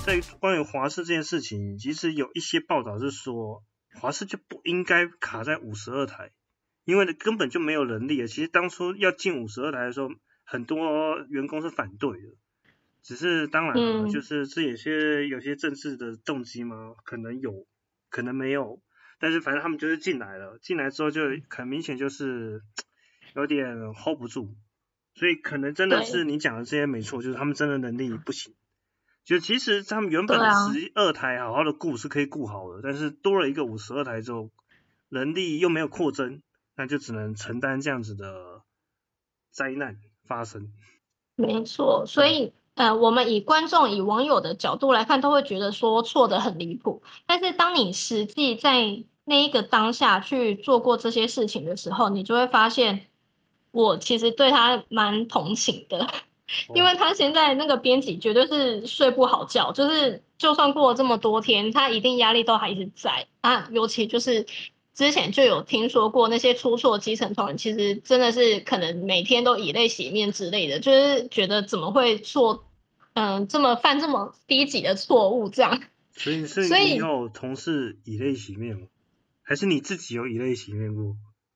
在关于华视这件事情，其实有一些报道是说，华视就不应该卡在52台，因为根本就没有人力了。其实当初要进52台的时候，很多员工是反对的，只是当然了，就是这有些政治的动机嘛，可能有，可能没有，但是反正他们就是进来了，进来之后就很明显就是有点 hold 不住，所以可能真的是你讲的这些没错，就是他们真的能力不行。就其实他们原本的12台好好的顾是可以顾好的，但是多了一个52台之后，人力又没有扩增，那就只能承担这样子的灾难发生。 没错，所以我们以观众、以网友的角度来看，都会觉得说错的很离谱。但是当你实际在那一个当下去做过这些事情的时候，你就会发现，我其实对他蛮同情的。因为他现在那个编辑绝对是睡不好觉，就是就算过了这么多天，他一定压力都还是在啊。尤其就是之前就有听说过那些出错基层同仁，其实真的是可能每天都以泪洗面之类的，就是觉得怎么会做，这么犯这么低级的错误这样。 所以是所以你有同事以泪洗面吗？还是你自己有以泪洗面过？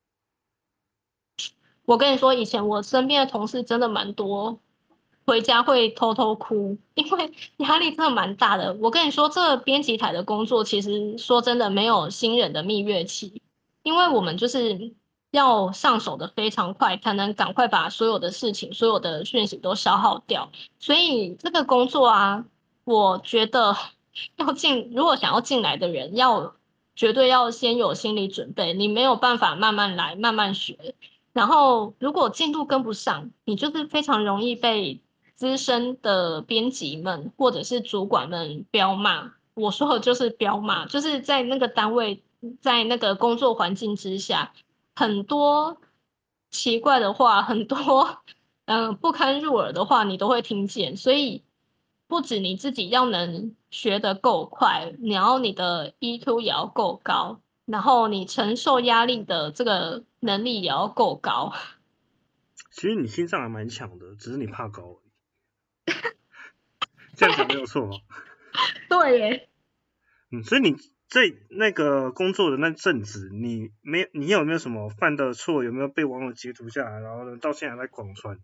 我跟你说，以前我身边的同事真的蛮多，回家会偷偷哭，因为压力真的蛮大的。我跟你说，这个编辑台的工作，其实说真的没有新人的蜜月期，因为我们就是要上手的非常快，才能赶快把所有的事情、所有的讯息都消耗掉。所以这个工作啊，我觉得如果想要进来的人，绝对要先有心理准备，你没有办法慢慢来，慢慢学。然后，如果进度跟不上，你就是非常容易被资深的编辑们或者是主管们彪骂。我说的就是彪骂，就是在那个单位，在那个工作环境之下，很多奇怪的话，很多不堪入耳的话，你都会听见。所以，不止你自己要能学得够快，然后你的 EQ 也要够高。然后你承受压力的这个能力也要够高。 其实你心脏还蛮强的，只是你怕高而已。这样讲没有错吗？ 对耶。 所以你在那个工作的那阵子，你有没有什么犯的错？有没有被网友截图下来，然后呢到现在还在广传？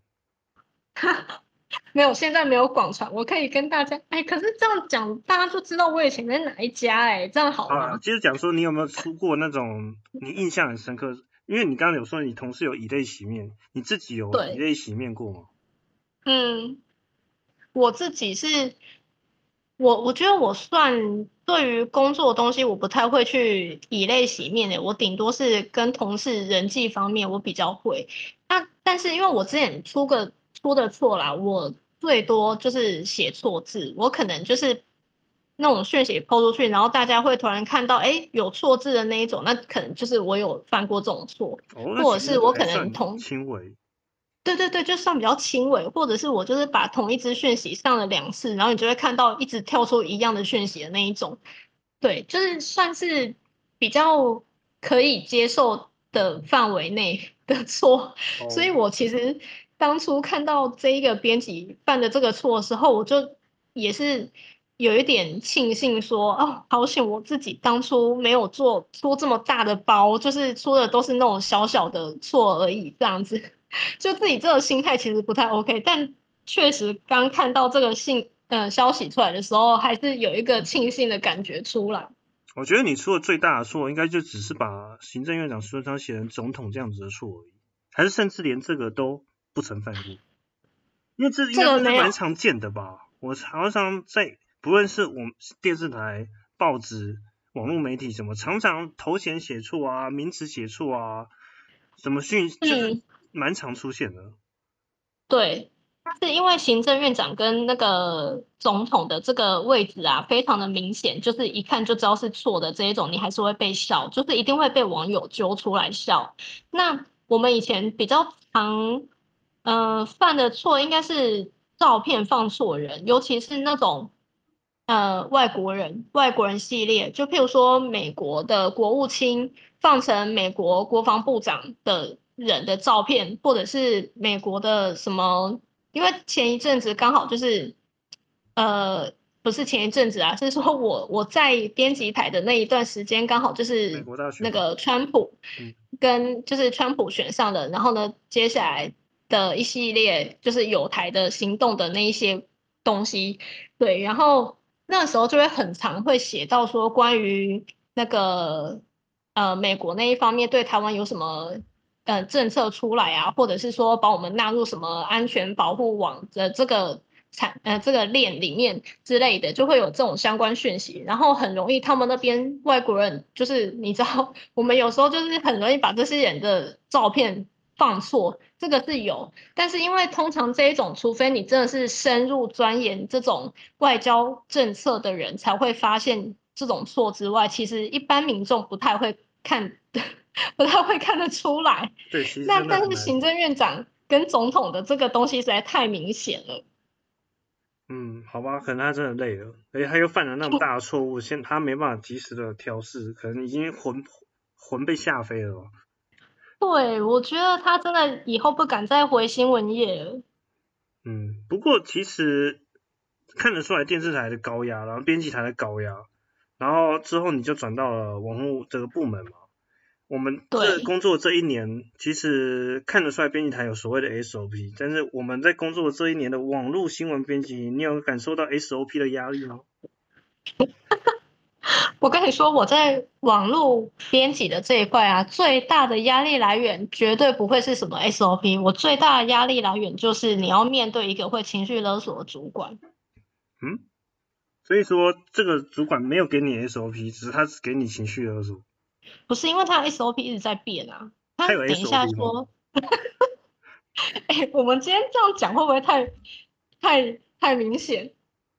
没有，现在没有广传，我可以跟大家，哎，可是这样讲，大家就知道我以前在哪一家，哎，这样好啊， 吗？ 接着讲说你有没有出过那种你印象很深刻？因为你刚刚有说你同事有以泪洗面，你自己有以对， 泪洗面过吗？ 嗯，我自己是，我觉得我算对于工作的东西，我不太会去以泪洗面的，我顶多是跟同事人际方面我比较会。那但是因为我之前出的错啦，我最多就是写错字，我可能就是那种讯息抛出去，然后大家会突然看到，哎，有错字的那一种，那可能就是我有犯过这种错， 哦，那或者其实是我可能还算轻微。 对对对，就算比较轻微，或者是我就是把同一支讯息上了2次，然后你就会看到一直跳出一样的讯息的那一种，对，就是算是比较可以接受的范围内的错。所以哦， 我其实当初看到这一个编辑犯的这个错的时候，我就也是有一点庆幸说，哦，好险我自己当初没有出这么大的包，就是出的都是那种小小的错而已，这样子。就自己这个心态其实不太 OK，但确实刚看到这个消息出来的时候，还是有一个庆幸的感觉出来。 我觉得你出的最大的错，应该就只是把行政院长苏贞昌写成总统这样子的错而已，还是甚至连这个都不曾犯过？因为这应这该算是个没有。 蛮常见的吧？我常常在不论是我们电视台、报纸、网络媒体什么，常常头衔写错啊，名词写错啊，什么就是嗯， 蛮常出现的。 对，是因为行政院长跟那个总统的这个位置啊，非常的明显，就是一看就知道是错的这一种，你还是会被笑，就是一定会被网友揪出来笑。那我们以前比较常犯的错应该是照片放错人，尤其是那种外国人系列，就譬如说美国的国务卿放成美国国防部长的人的照片，或者是美国的什么，因为前一阵子刚好就是不是前一阵子啊，是说我在编辑台的那一段时间，刚好就美是国大选嘛， 那个川普嗯， 跟就是川普选上了，然后呢，接下来的一系列就是有台的行动的那一些东西，对，然后那时候就会很常会写到说关于那个美国那一方面对台湾有什么政策出来啊，或者是说把我们纳入什么安全保护网的这个这个链里面之类的，就会有这种相关讯息，然后很容易他们那边外国人就是你知道，我们有时候就是很容易把这些人的照片放错，这个是有，但是因为通常这一种，除非你真的是深入钻研这种外交政策的人，才会发现这种错之外，其实一般民众不太会看，不太会看得出来。 对，其实那真的很难。 但是行政院长跟总统的这个东西实在太明显了。 嗯，好吧，可能他真的累了，而且他又犯了那么大的错误，现他没办法及时的调试，可能已经魂被吓飞了吧。 对，我觉得他真的以后不敢再回新闻业了。 嗯，不过其实看得出来电视台的高压，然后编辑台的高压，然后之后你就转到了网络这个部门嘛。我们这对， 工作这一年，其实看得出来编辑台有所谓的 SOP，但是我们在工作这一年的网络新闻编辑，你有感受到 SOP 的压力吗？ 我跟你说，我在网络编辑的这一块啊，最大的压力来源绝对不会是什么 SOP，我最大的压力来源就是你要面对一个会情绪勒索的主管。 嗯，所以说这个主管没有给你 SOP，只是他只给你情绪勒索。 不是因为他的 SOP 一直在变啊，他他有等一下 SOP 吗？ 说，哎，我们今天这样讲会不会太明显？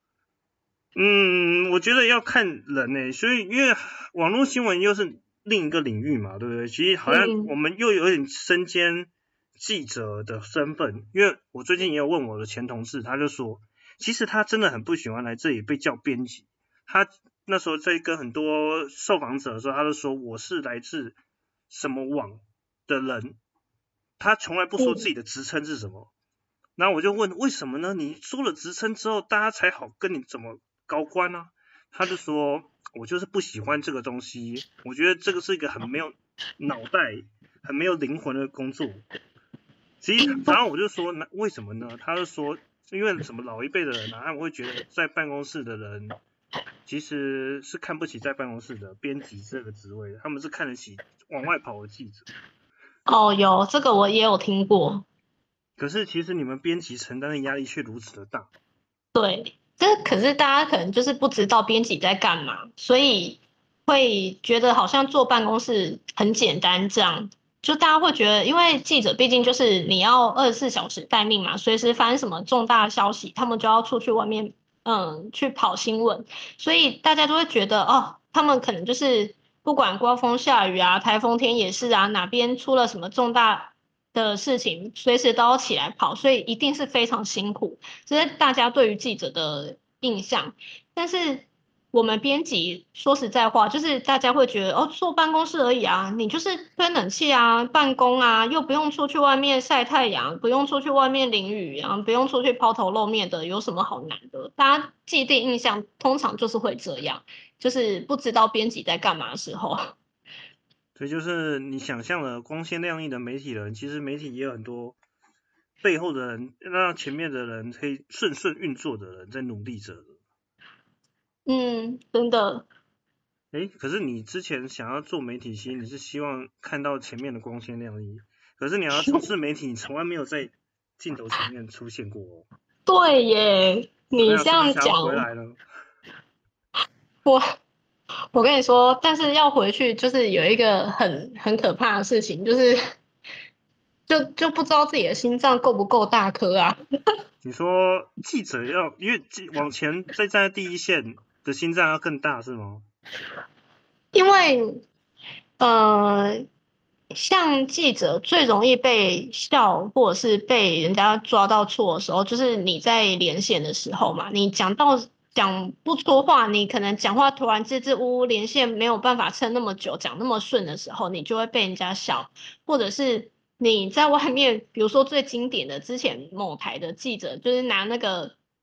嗯，我觉得要看人呢、所以因为网络新闻又是另一个领域嘛，对不对？其实好像我嗯， 们又有点身兼记者的身份，因为我最近也有问我的前同事，他就说，其实他真的很不喜欢来这里被叫编辑。他那时候在跟很多受访者的时候，他就说我是来自什么网的人，他从来不说自己的职称是什么。然后我就问为什么呢？你说了职称之后，大家才好跟你怎么高官啊？他就说，我就是不喜欢这个东西，我觉得这个是一个很没有脑袋、很没有灵魂的工作。其实，然后我就说，那为什么呢？他就说，因为什么老一辈的人啊，他们会觉得在办公室的人其实是看不起在办公室的编辑这个职位的，他们是看得起往外跑的记者。 哦，有这个我也有听过。 可是其实你们编辑承担的压力却如此的大。 对，这可是大家可能就是不知道编辑在干嘛，所以会觉得好像坐办公室很简单这样。就大家会觉得，因为记者毕竟就是你要24小时待命嘛，随时发生什么重大消息，他们就要出去外面，去跑新闻，所以大家都会觉得，哦，他们可能就是不管刮风下雨啊、台风天也是啊，哪边出了什么重大的事情，随时都要起来跑，所以一定是非常辛苦。这是大家对于记者的印象。但是我们编辑说实在话，就是大家会觉得哦，坐办公室而已啊，你就是吹冷气啊，办公啊，又不用出去外面晒太阳，不用出去外面淋雨啊，不用出去抛头露面的，有什么好难的？大家既定印象通常就是会这样，就是不知道编辑在干嘛的时候。 所以就是你想象的光鲜亮丽的媒体人，其实媒体也有很多背后的人，让前面的人可以顺顺运作的人在努力着的。 嗯，真的。 可是你之前想要做媒体，其实你是希望看到前面的光鲜亮丽，可是你要从事媒体，你从来没有在镜头前面出现过哦。 对耶，你怎么样？ 这样讲， 是不是想要回来呢？ 我我跟你说，但是要回去就是有一个很可怕的事情，就是就不知道自己的心脏够不够大颗啊。 你说记者要因为往前再站在第一线的心脏要更大是吗？ 因为呃，像记者最容易被笑或者是被人家抓到错的时候，就是你在连线的时候嘛，你讲不出话，你可能讲话突然支支吾吾，连线没有办法撑那么久，讲那么顺的时候，你就会被人家笑，或者是你在外面，比如说最经典的之前某台的记者，就是拿那个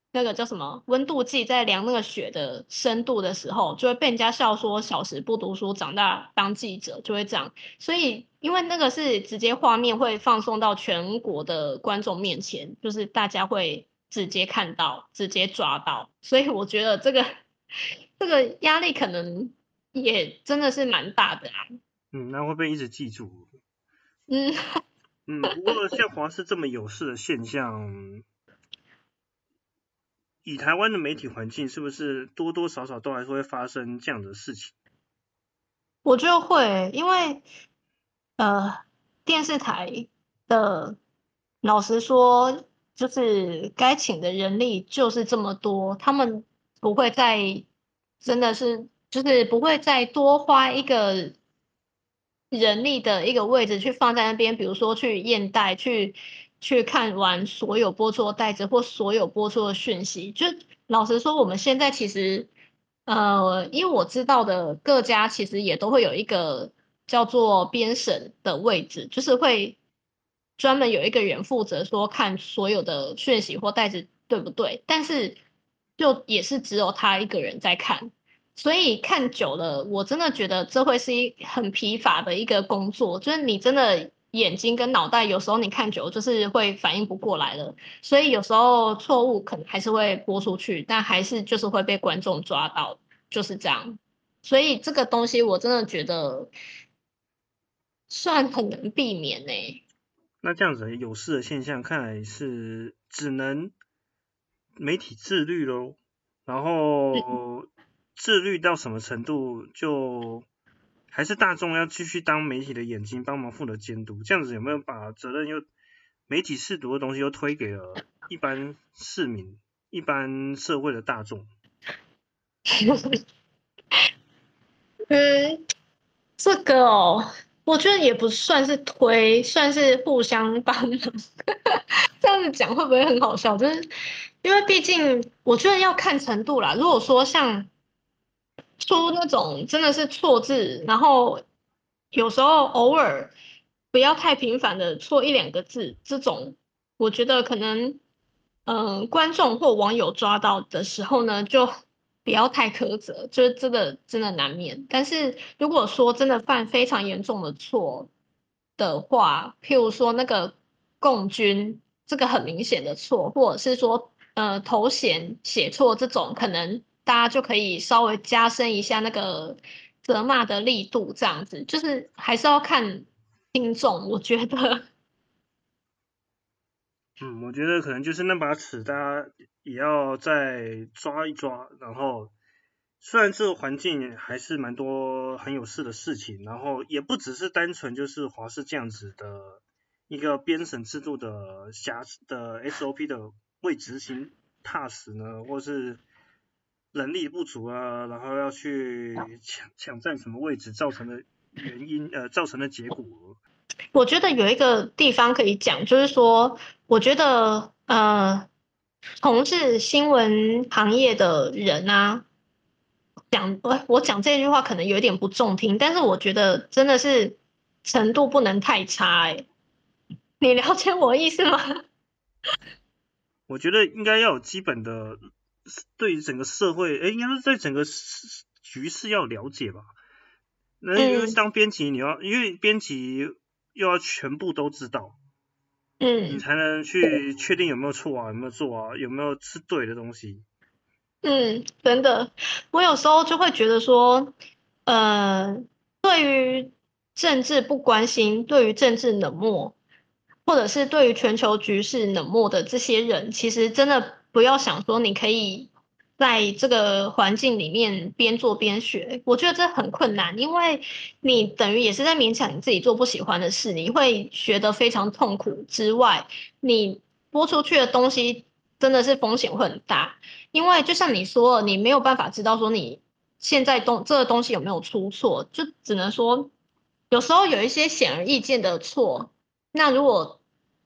那个叫什么温度计在量那个雪的深度的时候，就会被人家笑说小时不读书，长大当记者，就会这样。所以因为那个是直接画面会放送到全国的观众面前，就是大家会直接看到、直接抓到，所以我觉得这个压力可能也真的是蛮大的啊。 那会被一直记住。 嗯。 不过像华视这么有事的现象，以台湾的媒体环境，是不是多多少少都还是会发生这样的事情？ 我觉得会，因为电视台的老实说，就是该请的人力就是这么多，他们不会再真的是就是不会再多花一个人力的一个位置去放在那边，比如说去验带，去看完所有播出的带子或所有播出的讯息。就老实说，我们现在其实。因为我知道的各家其实也都会有一个叫做编审的位置，就是会专门有一个人负责说看所有的讯息或袋子对不对，但是就也是只有他一个人在看，所以看久了，我真的觉得这会是很疲乏的一个工作，就是你真的眼睛跟脑袋有时候你看久了就是会反应不过来了。所以有时候错误可能还是会播出去，但还是就是会被观众抓到，就是这样。所以这个东西我真的觉得算很难避免呢。 那这样子有事的现象，看来是只能媒体自律咯。然后自律到什么程度，就还是大众要继续当媒体的眼睛，帮忙负责监督。这样子有没有把责任又媒体试读的东西又推给了一般市民、一般社会的大众？ 嗯，这个哦，我觉得也不算是推，算是互相帮忙。这样子讲会不会很好笑？就是因为毕竟我觉得要看程度啦。如果说像出那种真的是错字，然后有时候偶尔不要太频繁的错一两个字，这种我觉得可能观众或网友抓到的时候呢，就不要太苛责，就是这个真的难免。但是如果说真的犯非常严重的错的话，譬如说那个共军这个很明显的错，或者是说头衔写错这种，可能大家就可以稍微加深一下那个责骂的力度，这样子就是还是要看听众，我觉得。 我觉得可能就是那把尺，大家也要再抓一抓。然后，虽然这个环境还是蛮多很有事的事情，然后也不只是单纯就是华视这样子的一个编审制度的SOP 的未执行踏实呢，或是人力不足啊，然后要去抢占什么位置造成的原因，造成的结果。 我觉得有一个地方可以讲，就是说，我觉得从事新闻行业的人啊，我讲这句话可能有点不中听，但是我觉得真的是程度不能太差，你了解我意思吗？ 我觉得应该要有基本的对于整个社会，应该是对整个局势要了解吧。那因为嗯当编辑，因为编辑又要全部都知道，你嗯才能去确定有没有错啊，有没有做啊，有没有是对的东西。 嗯，真的，我有时候就会觉得说，对于政治不关心，对于政治冷漠。或者是对于全球局势冷漠的这些人，其实真的不要想说你可以在这个环境里面边做边学，我觉得这很困难，因为你等于也是在勉强你自己做不喜欢的事，你会学得非常痛苦之外，你播出去的东西真的是风险会很大，因为就像你说，你没有办法知道说你现在这个东西有没有出错，就只能说有时候有一些显而易见的错。那如果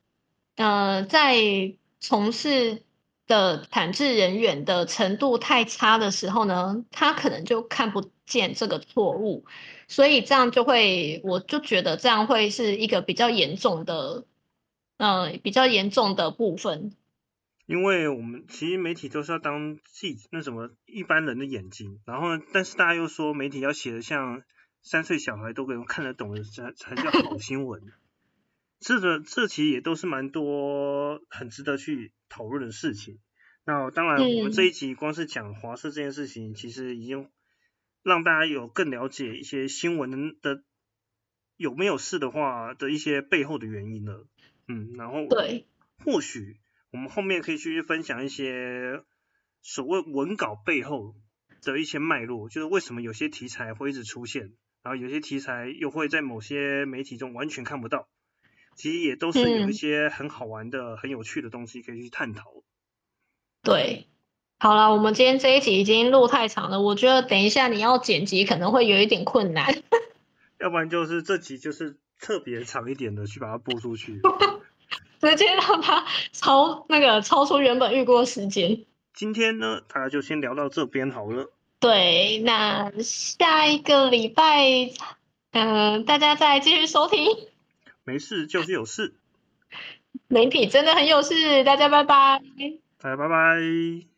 在从事的产制人员的程度太差的时候呢，他可能就看不见这个错误，所以这样就会，我就觉得这样会是一个比较严重的，比较严重的部分。 因为我们其实媒体都是要当那什么一般人的眼睛，然后呢，但是大家又说媒体要写的像3岁小孩都能看得懂的才叫好新闻。这其实也都是蛮多很值得去讨论的事情。那当然，我们这一集光是讲华视这件事情，其实已经让大家有更了解一些新闻的有没有事的话的一些背后的原因了。然后对， 或许我们后面可以去分享一些所谓文稿背后的一些脉络，就是为什么有些题材会一直出现，然后有些题材又会在某些媒体中完全看不到。其实也都是有一些很好玩的、很有趣的东西可以去探讨。 对，好了，我们今天这一集已经录太长了，我觉得等一下你要剪辑可能会有一点困难。 要不然就是这集就是特别长一点的去把它播出去， 直接让它超出原本预估的时间。 今天呢，大家就先聊到这边好了。 对，那下一个礼拜，大家再继续收听。 没事就是有事， 媒体真的很有事，大家拜拜。 大家拜拜。